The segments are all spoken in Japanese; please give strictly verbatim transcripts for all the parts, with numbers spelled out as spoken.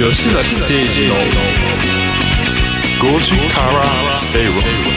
吉崎誠二のごじから正論。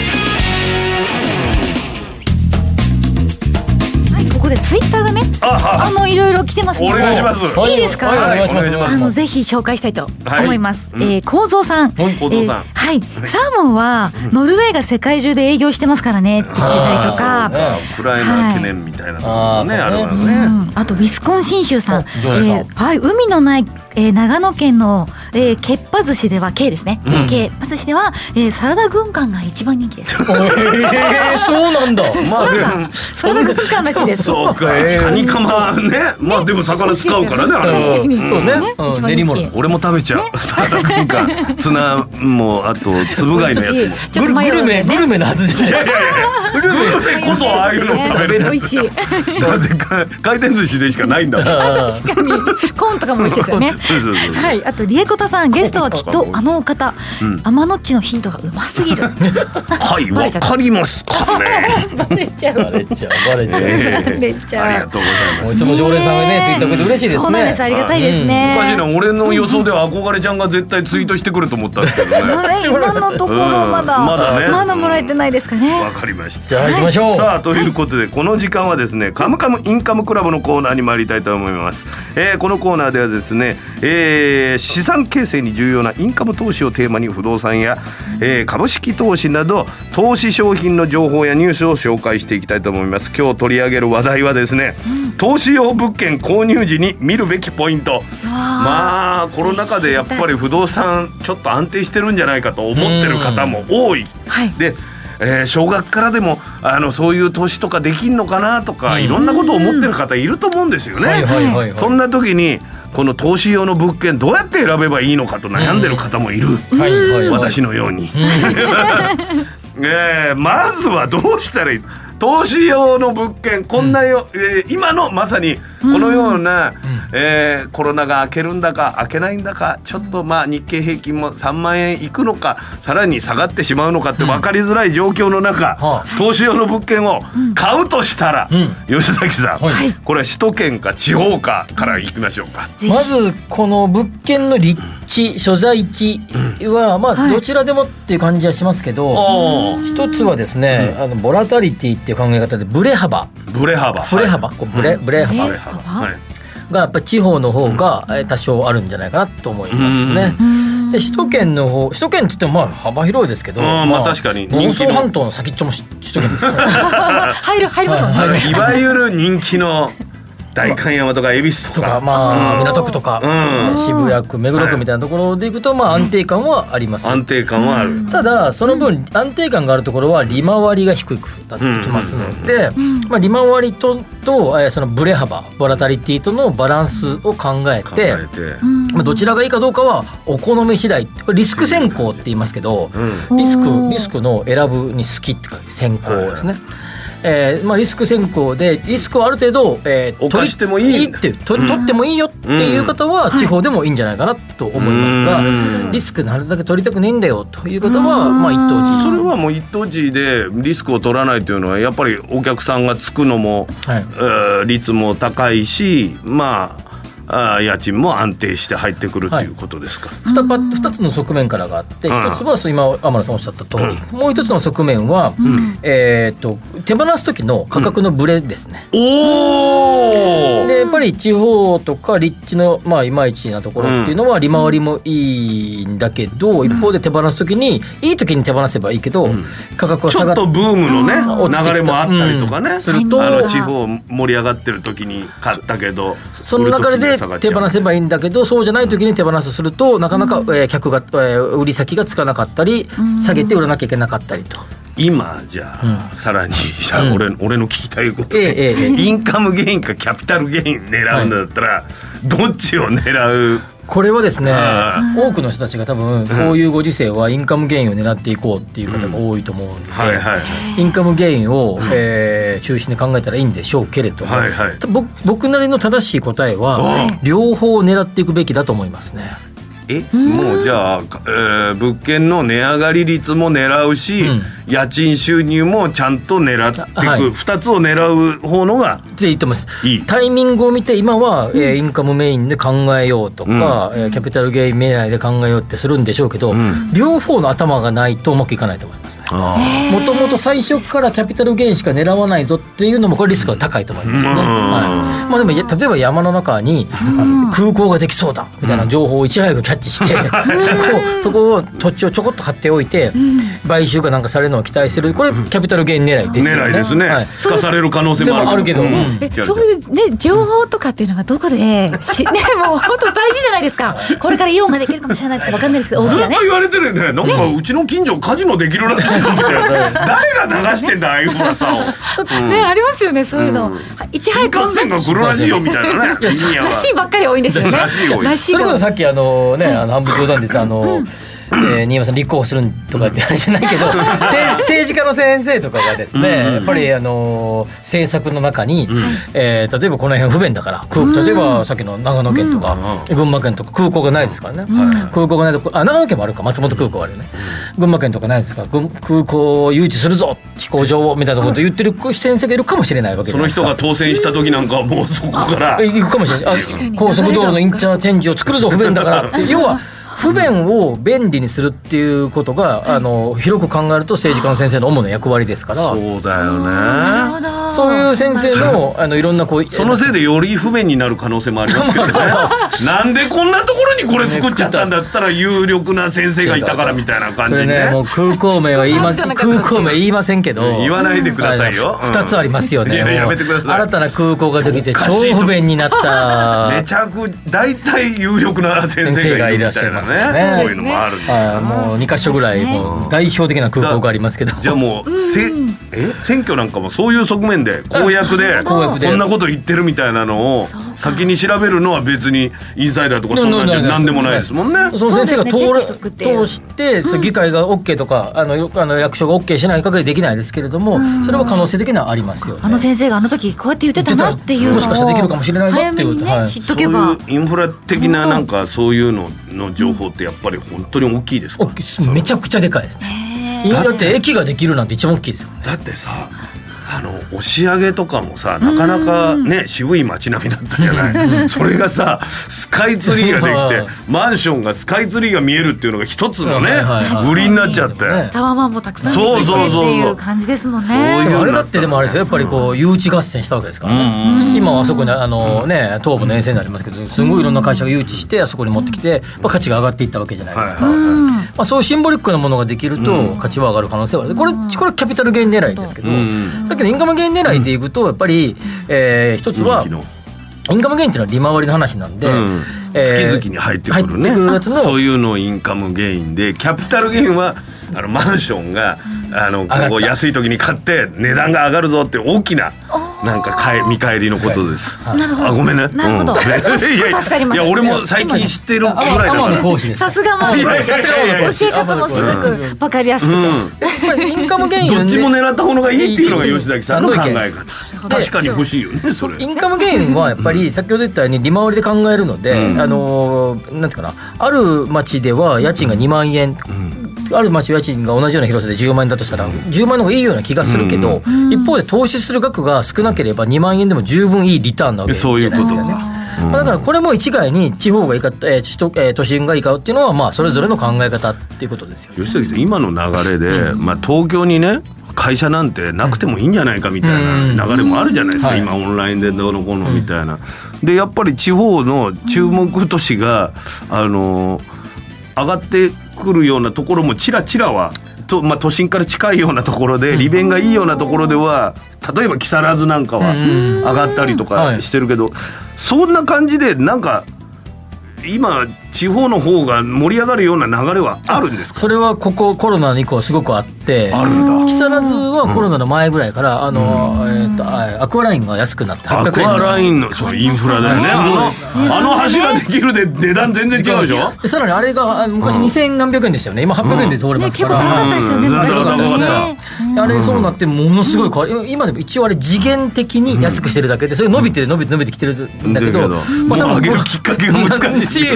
ここでツイッターがね、あ, あのいろいろ来てますので、 お願いします。 いいですか？ はい、お願いします。 あのぜひ紹介したいと思います。 はい、 えー、構造さん、 構造さん、 えー、はい、サーモンはノルウェーが世界中で営業してますからねって聞いたりとか、 ね、ウクライナ懸念みたいなところね、はい、あるわね、 うん、あとウィスコンシン州さん、 えー、 はい、海のない、えー、長野県の、えー、ケッパ寿司では K ですね、うん、ケッパ寿司では、えー、サラダ軍艦が一番人気です。 えー、そうなんだ。 まあ、サラダ軍艦らしいです。 そうか、えー、カニカマね、まあでも魚使うからね、あれ確かに、 そうね、うん、練り物。 俺も食べちゃう、サラダ軍艦、ツナもあとつぶ貝のやつも。 グルメグルメのはずじゃないですか。 グルメこそああいうの食べる。 美味しい。 だって回転寿司でしかないんだもん。 確かにコーンとかも美味しいですよね。 そうそうそう。 はい、あとリエコタさん、ゲストはきっとあのお方、天のっちのヒントがうますぎる。 はい、わかりますかね。 バレちゃう。 バレちゃう。バレちゃう。 バレちゃう。 ありがとうございます。 いつも常連さんがねツイッターくれて嬉しいですね。 そうなんです、ありがたいですね。 おかしいな、俺の予想では憧れちゃんが絶対ツイートしてくると思ったんですけどね。 今のところまだまだね、 まだもらえてないですかね。 わかりました。 じゃあ行きましょう。 さあということで、この時間はですね、カムカムインカムクラブのコーナーに参りたいと思います。えー、このコーナーではですね、えー、資産形成に重要なインカム投資をテーマに不動産や、えー、株式投資など投資商品の情報やニュースを紹介していきたいと思います。今日取り上げる話題はですね、うん、投資用物件購入時に見るべきポイント。まあコロナ禍でやっぱり不動産ちょっと安定してるんじゃないかと思ってる方も多い、はい、で、えー、少額からでもあのそういう投資とかできんのかなとか、うん、いろんなことを思ってる方いると思うんですよね、はいはいはいはい、そんな時にこの投資用の物件どうやって選べばいいのかと悩んでる方もいる、うんはいはいはい、私のように、えー、まずはどうしたらいい？投資用の物件、こんなよ、うん、えー、今のまさにこのような、うんえー、コロナが明けるんだか明けないんだか、ちょっとまあ日経平均もさんまんえんいくのかさらに下がってしまうのかって分かりづらい状況の中、うん、投資用の物件を買うとしたら、うん、吉崎さん、はい、これは首都圏か地方かからいきましょうか。 まずこの物件の立地所在地は、まあどちらでもっていう感じはしますけど、はい、一つはですね、うん、あのボラタリティっていう考え方でブレ幅ブレ幅ブレ幅、はい、こうブレ、うん、ブレ幅、 ブレ幅、はい、 がやっぱり地方の方が多少あるんじゃないかなと思いますね。で首都圏の方、首都圏って言ってもまあ幅広いですけど、 まあ、まあ確かに房総半島の先っちょも首都圏ですから入る入りますもんね、はい、 いわゆる人気の代官山とか恵比寿とか、 まあ、港区とか、うん、渋谷区目黒区みたいなところでいくと、まあ、安定感はあります、 安定感はある。 ただその分安定感があるところは利回りが低くなってきますので、まあ、利回りととそのブレ幅ボラタリティとのバランスを考えて、考えて、まあ、どちらがいいかどうかはお好み次第。これリスク先行って言いますけど、うん、リスクリスクの選ぶに好きってか先行ですね、はい、えーまあ、リスク先行でリスクをある程度、えー、 取してもいい、 いいって取、うん、取ってもいいよっていう方は地方でもいいんじゃないかなと思いますが、うん、リスクなるだけ取りたくないんだよという方は、まあ、一等地。 それはもう一等地でリスクを取らないというのはやっぱりお客さんがつくのも、はい、えー、率も高いし、まああ家賃も安定して入ってくるということですか。 はい、2, 2つの側面からがあって、うん、一つは今天野さんおっしゃった通り、うん、もう一つの側面は、うん、えー、と手放す時の価格のブレですね、うん、おでやっぱり地方とか立地の、まあ、いまいちなところっていうのは利回りもいいんだけど、うん、一方で手放す時にいい時に手放せばいいけど、うん、価格は下がってちょっとブームのね流れもあったりとかね、うん、 するとあの地方盛り上がってる時に買ったけどその流れで手放せばいいんだけど、そうじゃない時に手放すするとなかなか、うん、えー、客が、えー、売り先がつかなかったり、うん、下げて売らなきゃいけなかったりと。 今じゃあ、うん、さらにじゃあ、うん、俺, 俺の聞きたいことで、 えーえー、 インカムゲインかキャピタルゲイン狙うんだったら、はい、どっちを狙う？ これはですね、多くの人たちが多分こういうご時世はインカムゲインを狙っていこうっていう方が多いと思うので、うんはいはい、インカムゲインを、えー、中心に考えたらいいんでしょうけれども、はいはい、僕なりの正しい答えは両方狙っていくべきだと思いますね。 え、うん、もうじゃあ、えー、物件の値上がり率も狙うし、うん、家賃収入もちゃんと狙っていく、はい、ふたつを狙う方のがいいと思います。いいタイミングを見て今は、うん、えー、インカムメインで考えようとか、うん、えー、キャピタルゲイン狙いで考えようってするんでしょうけど、うん、両方の頭がないとうまくいかないと思いますね。もともと最初からキャピタルゲインしか狙わないぞっていうのもこれリスクが高いと思いますね、うん、はい、まあ、でも例えば山の中に空港ができそうだみたいな情報をいち早くキャッチして、うん、そこそこを土地をちょこっと張っておいて、うん、買収かなんかされるのを期待してる、これキャピタルゲイン狙いですよね。 狙いですね、はい、すかされる可能性もある、 あるけど、うん、 えそういうね情報とかっていうのがどこでし、ね、もう本当大事じゃないですか。これからイオンができるかもしれないとか分かんないですけど、 ずっと言われてるよね。なんかうちの近所カジノできるらしいみたいな誰が流してんだああいう噂を、 うん、ね、ありますよねそういうの、うん、いち早く新幹線が来るらしいよみたいなねらしいばっかり多いんですよね。らしい多い。らしいそれこそさっきあのね、あの半分冗談で言ったあの、うんえー、新山さん立候補するとかって話じゃないけど政治家の先生とかがですね、うん、やっぱりあの政策の中に、うん、えー、例えばこの辺不便だから空、例えばさっきの長野県とか、うん、群馬県とか空港がないですからね、うん、空港がないとこ、あ、長野県もあるか、松本空港があるよね、うん、群馬県とかないですから空港を誘致するぞ飛行場をみたいなことを言ってる先生がいるかもしれないわけです。 その人が当選した時なんかはもうそこから行くかもしれない。あ、高速道路のインターチェンジを作るぞ不便だから要は不便を便利にするっていうことがあの広く考えると政治家の先生の主な役割ですから。 そうだよね。 そういう先生 の, あのいろんなこうそのせいでより不便になる可能性もありますけどねなんでこんなところにこれ作っちゃったんだって言ったら有力な先生がいたからみたいな感じで ね, ねもう空港名は言いま空港名言いませんけど言わないでくださいよ。 ふたつありますよね。 いややめてください。 新たな空港ができて超不便になっためちゃく大体有力な先生がいるみたいなね、そういうのもあるんだ。もうにか所ぐらいもう代表的な空港がありますけど、 じゃあもうせえ選挙なんかもそういう側面で公約でこんなこと言ってるみたいなのを先に調べるのは別にインサイダーとかそんなんじゃ何でもないですもんね。 その先生が通る通して議会が OK とかあのあの役所が OK しない限りできないですけれども、それは可能性的にはありますよね。 あの先生があの時こうやって言ってたなっていうのをもしかしたらできるかもしれないぞっていうこと、 早めにね知っとけば。 そういうインフラ的ななんかそういうのの情報ってやっぱり本当に大きいですか。 めちゃくちゃでかいですね。だって駅ができるなんて一番大きいですよね。 だってさあの押上とかもさなかなかね渋い街並みだったじゃないそれがさスカイツリーができてマンションがスカイツリーが見えるっていうのが一つのね売りになっちゃって、 タワーマンもたくさん出てきてっていう感じですもんね。 あれだってでもあれですよやっぱりこう誘致合戦したわけですからね。今はあそこにあのね東部の沿線になりますけどすごいいろんな会社が誘致してあそこに持ってきて価値が上がっていったわけじゃないですか。まあそういうシンボリックなものができると価値は上がる可能性はある。これこれキャピタルゲイン狙いですけど、さっきのインカムゲイン狙いでいくとやっぱり、えー、一つはインカムゲインっていうのは利回りの話なんで、うんえー、月々に入ってくるねやつのそういうのをインカムゲインで、キャピタルゲインはあのマンションがあのここ安い時に買って値段が上がるぞって大きななんか買い見返りのことです。 なるほど。 あごめんね。 なるほど。うん、いや助かります。 いや俺も最近知ってるぐらいだから。 さすがもう教え方もすごく分かりやすくて。 うん、インカムゲインどっちも狙った方がいいっていうのが吉崎さんの考え方。確かに欲しいよねそれ。 インカムゲインはやっぱり先ほど言ったように利回りで考えるので、うん、あのなんていうかなある町では家賃がにまんえん。うんある町家賃が同じような広さでじゅうまんえんだとしたらじゅうまんえんの方がいいような気がするけど、うん、一方で投資する額が少なければにまんえんでも十分いいリターンなわけじゃないですかね。まあ、だからこれも一概に地方がいいか、えー首都えー、都心がいいかっていうのはまあそれぞれの考え方っていうことですよ、ね、 吉崎さん今の流れで、うんまあ、東京にね会社なんてなくてもいいんじゃないかみたいな流れもあるじゃないですか、うんうんはい、今オンラインでどうのこうのみたいな、うん、でやっぱり地方の注目都市が、あのー、上がってくるようなところもちらちらはと、まあ、都心から近いようなところで利便がいいようなところでは例えば木更津なんかは上がったりとかしてるけど、そんな感じでなんか今地方の方が盛り上がるような流れはあるんですか。 それはここコロナの以降すごくあってあるんだ。 木更津はコロナの前ぐらいから、うん、あの、えー、とアクアラインが安くなってはっぴゃくえんアクアラインのそうインフラだよね。あの、あの柱できるで値段全然違うでしょ。 でさらにあれが昔にせんなんびゃくえんでしたよね。今はっぴゃくえんで通れますから、 うんね、結構高かったですよね、うん、昔はね、うん、あれそうなってものすごい変わり、うん、今でも一応あれ次元的に安くしてるだけでそれ伸びてる伸びて伸びてきてるんだけど、うん、 まあ、多分上げるきっかけが難しいよね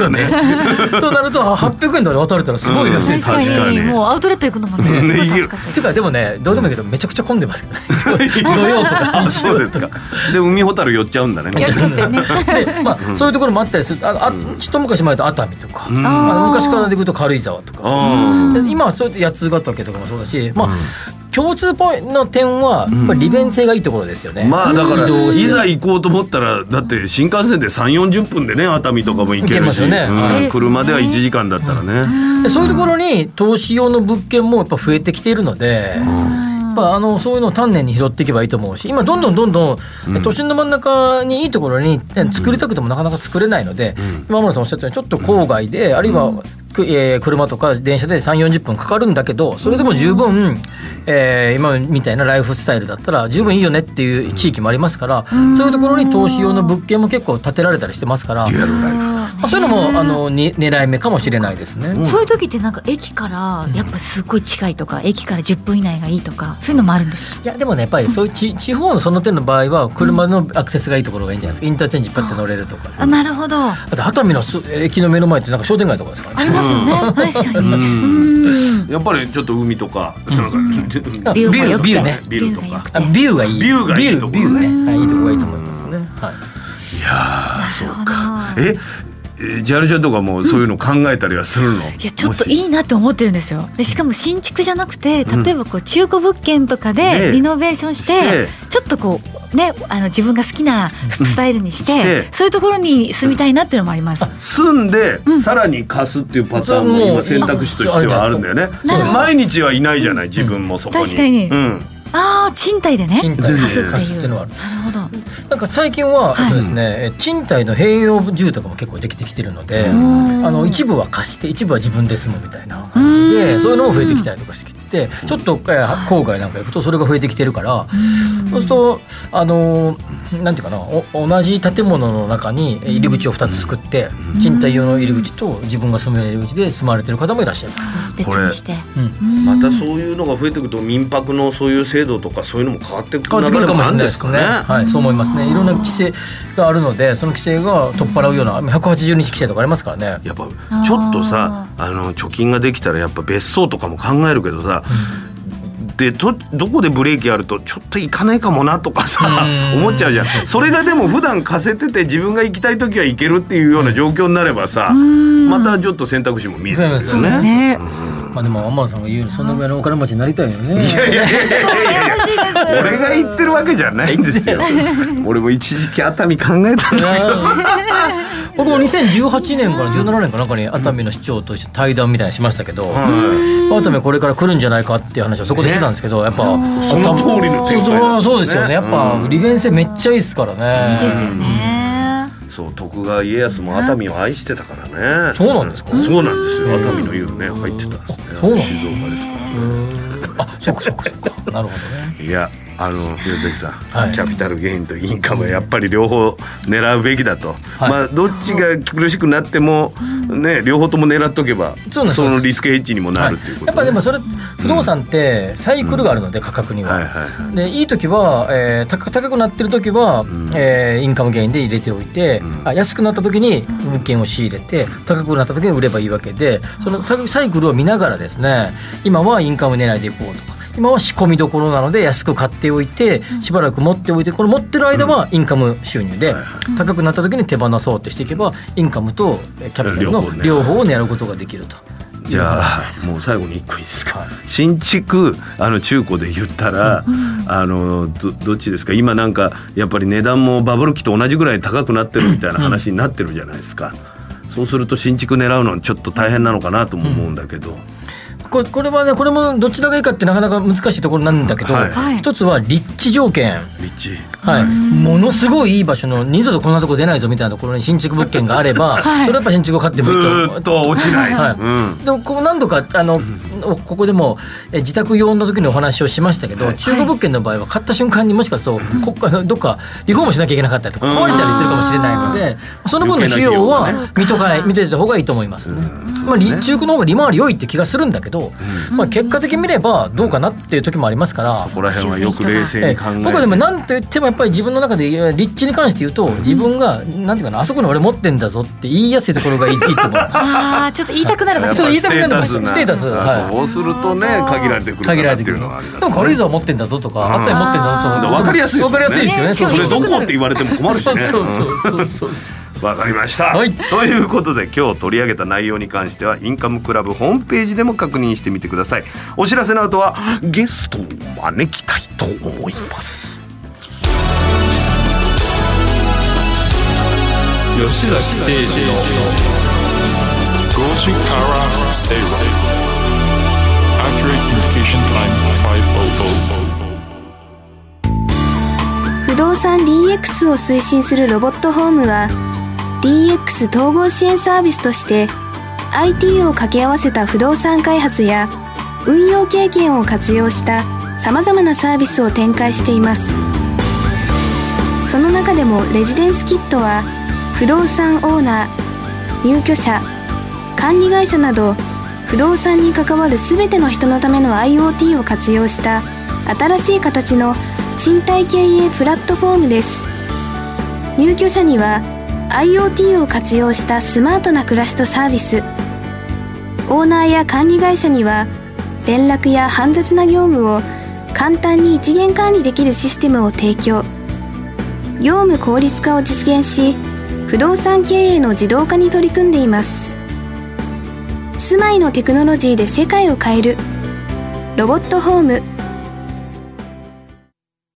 となるとはっぴゃくえんで渡れたらすごいらしいです、 うん、確かに確かにもうアウトレット行くのもねすごい助かったていうかでもねどうでもいいけどめちゃくちゃ混んでますけどね土曜とかあそうですか。で海ほたる寄っちゃうんだね。 やっちゃってねで、まあうん、そういうところもあったりする。ああ一昔前と熱海とか、 うん、 あの昔からでいくと軽井沢とか、で今はそうやって八ヶ岳とかもそうだし、まあ、うん、共通ポイントの点はやっぱり利便性がいいところですよね、 うん、まあだからいざ行行こうと思ったらだって新幹線でさんじゅうよんじゅっぷんでね熱海とかも行けるし、 行けますよね、 うん、車ではいちじかんだったらね、 うん、でそういうところに投資用の物件もやっぱ増えてきているので、うん、やっぱあのそういうのを丹念に拾っていけばいいと思うし今どんどんどんどん、うん、都心の真ん中にいいところに、ね、作りたくてもなかなか作れないので、うん、今村さんおっしゃったようにちょっと郊外で、うん、あるいは、うんえー、車とか電車でさんじゅうよんじゅっぷんかかるんだけどそれでも十分、えー、今みたいなライフスタイルだったら十分いいよねっていう地域もありますから、うん、そういうところに投資用の物件も結構建てられたりしてますから、まあ、そういうのもあのに狙い目かもしれないですね、 うん、そういう時ってなんか駅からやっぱすごい近いとか、うん、駅からじゅっぷん以内がいいとかそういうのもあるんです。 いやでもねやっぱりそういう地、地方のその点の場合は車のアクセスがいいところがいいんじゃないですか。インターチェンジパッて乗れるとか、ね、 あなるほど。 あと熱海の駅の目の前ってなんか商店街とかですからねありますよね確かにうんやっぱりちょっと海とか、うん、なんかビューが良くてビューねビューとかビューがいいビューがいいところビューね、はい、いいところがいいと思いますね、はい、いやーそうかえジャルちゃんとかもそういうの考えたりはするの？いやちょっといいなって思ってるんですよ。でしかも新築じゃなくて例えばこう中古物件とかでリノベーションして、ね、ちょっとこうねあの自分が好きなスタイルにして、うん、してそういうところに住みたいなっていうのもあります。 住んで、うん、さらに貸すっていうパターンも今選択肢としてはあるんだよね。毎日はいないじゃない自分もそこに、うん、 確かに、 うんああ賃貸でね賃貸貸すっていう。 のはある。 なるほど。 なんか最近は、はい、えっとですね、賃貸の併用住宅も結構できてきてるので、あの一部は貸して一部は自分で住むみたいな感じでそういうのも増えてきたりとかしてきてちょっと、えー、郊外なんか行くとそれが増えてきてるからそうするとあのなんていうかなお同じ建物の中に入り口をふたつ作って賃貸用の入り口と自分が住む入り口で住まれてる方もいらっしゃいます。 別にして、 うん、またそういうのが増えてくると民泊のそういう制度とかそういうのも変わってくる流れもあるんですかね。はい、そう思いますね。いろんな規制があるのでその規制が取っ払うようなひゃくはちじゅうにち規制とかありますからね。 やっぱちょっとさあの貯金ができたらやっぱ別荘とかも考えるけどさ、うん、でとどこでブレーキあるとちょっと行かないかもなとかさ思っちゃうじゃん。それがでも普段貸せてて自分が行きたい時は行けるっていうような状況になればさまたちょっと選択肢も見えてくるよね。 そうですね。 まあ、でも天野さんが言うようにそのぐらいのお金持ちになりたいよね。 いやいやいやいやいや俺が言ってるわけじゃないんですよ。俺も一時期熱海考えたんだけど僕もにせんじゅうはちねんからじゅうななねんかなんかに熱海の市長と対談みたいなしましたけど、うん、熱海これから来るんじゃないかっていう話をそこでしてたんですけど、やっぱその通りの展開なんですね。 そうですよね。やっぱ利便性めっちゃいいですからね。 いいですよね。 そう徳川家康も熱海を愛してたからね。 そうなんですか。 そうなんですよ。熱海の湯ね入ってたんですね。 そうなん静岡ですから。 あ、そうかそうかそうか。なるほどね。 いやあの岩崎さん、 はい、 キャピタルゲインとインカムはやっぱり両方狙うべきだと、はい、まあどっちが苦しくなっても、ね、両方とも狙っとけば そ, そのリスクヘッジにもなるっていうこと、ね、 はい、やっぱでもそれ不動産ってサイクルがあるので、うん、価格には、はいはいはい、でいい時は、えー、高, 高くなってる時は、うんえー、インカムゲインで入れておいて、うん、あ安くなった時に物件を仕入れて高くなった時に売ればいいわけでそのサイクルを見ながらですね今はインカム狙いでいこうとか今は仕込みどころなので安く買っておいてしばらく持っておいてこの持ってる間はインカム収入で高くなった時に手放そうとしていけばインカムとキャピタルの両方を狙うことができると。 じゃあもう最後にいっこいいですか。新築あの中古で言ったら、うん、あの ど, どっちですか。今なんかやっぱり値段もバブル期と同じぐらい高くなってるみたいな話になってるじゃないですか、うん、そうすると新築狙うのちょっと大変なのかなとも思うんだけど、うんこ れ, これはねこれもどちらがいいかってなかなか難しいところなんだけど、はい、一つは立地条件。 立地、 はい、ものすごいいい場所の二度とこんなとこ出ないぞみたいなところに新築物件があれば、はい、それやっぱ新築を買ってもいいと。 ずっと落ちない、 はいうん、でもここ何度かあの、うん、ここでもえ自宅用の時にお話をしましたけど、はい、中古物件の場合は買った瞬間にもしかすると、うん、こどっかリフォームしなきゃいけなかったりとか壊れたりするかもしれないので、 で、その分の費用は見とかない見てた方がいいと思いますね。まあ、中古の方が利回り良いって気がするんだけど、うん、まあ、結果的に見ればどうかなっていう時もありますから、 そこら辺はよく冷静に考えて、 僕はでも何と言ってもやっぱり自分の中で立地に関して言うと、自分がなんていうかな、あそこに俺持ってんだぞって言いやすいところがいい、いいと思う。 ああ、ちょっと言いたくなる場所、 言いたくなる場所、ステータス、 はい、そうするとね、限られてくるからっていうのがありますね。 でも軽井沢持ってんだぞとか、あったり持ってんだぞとか、 分かりやすいですよね。 分かりやすいですよね。 それどこって言われても困るしね。 そうそうそうそう。 わかりました、 はい、 ということで今日取り上げた内容に関してはインカムクラブホームページでも確認してみてください。お知らせの後はゲストを招きたいと思います。 吉崎誠二のごじから正論 Accurate Communication Time 不動産 ディーエックス を推進するロボットホームは ディーエックス 統合支援サービスとして アイティー を掛け合わせた不動産開発や運用経験を活用したさまざまなサービスを展開しています。その中でもレジデンスキットは不動産オーナー、入居者、管理会社など不動産に関わる全ての人のための アイオーティー を活用した新しい形の賃貸経営プラットフォームです。入居者には アイオーティー を活用したスマートな暮らしとサービス、オーナーや管理会社には連絡や煩雑な業務を簡単に一元管理できるシステムを提供、業務効率化を実現し不動産経営の自動化に取り組んでいます。住まいのテクノロジーで世界を変えるロボットホーム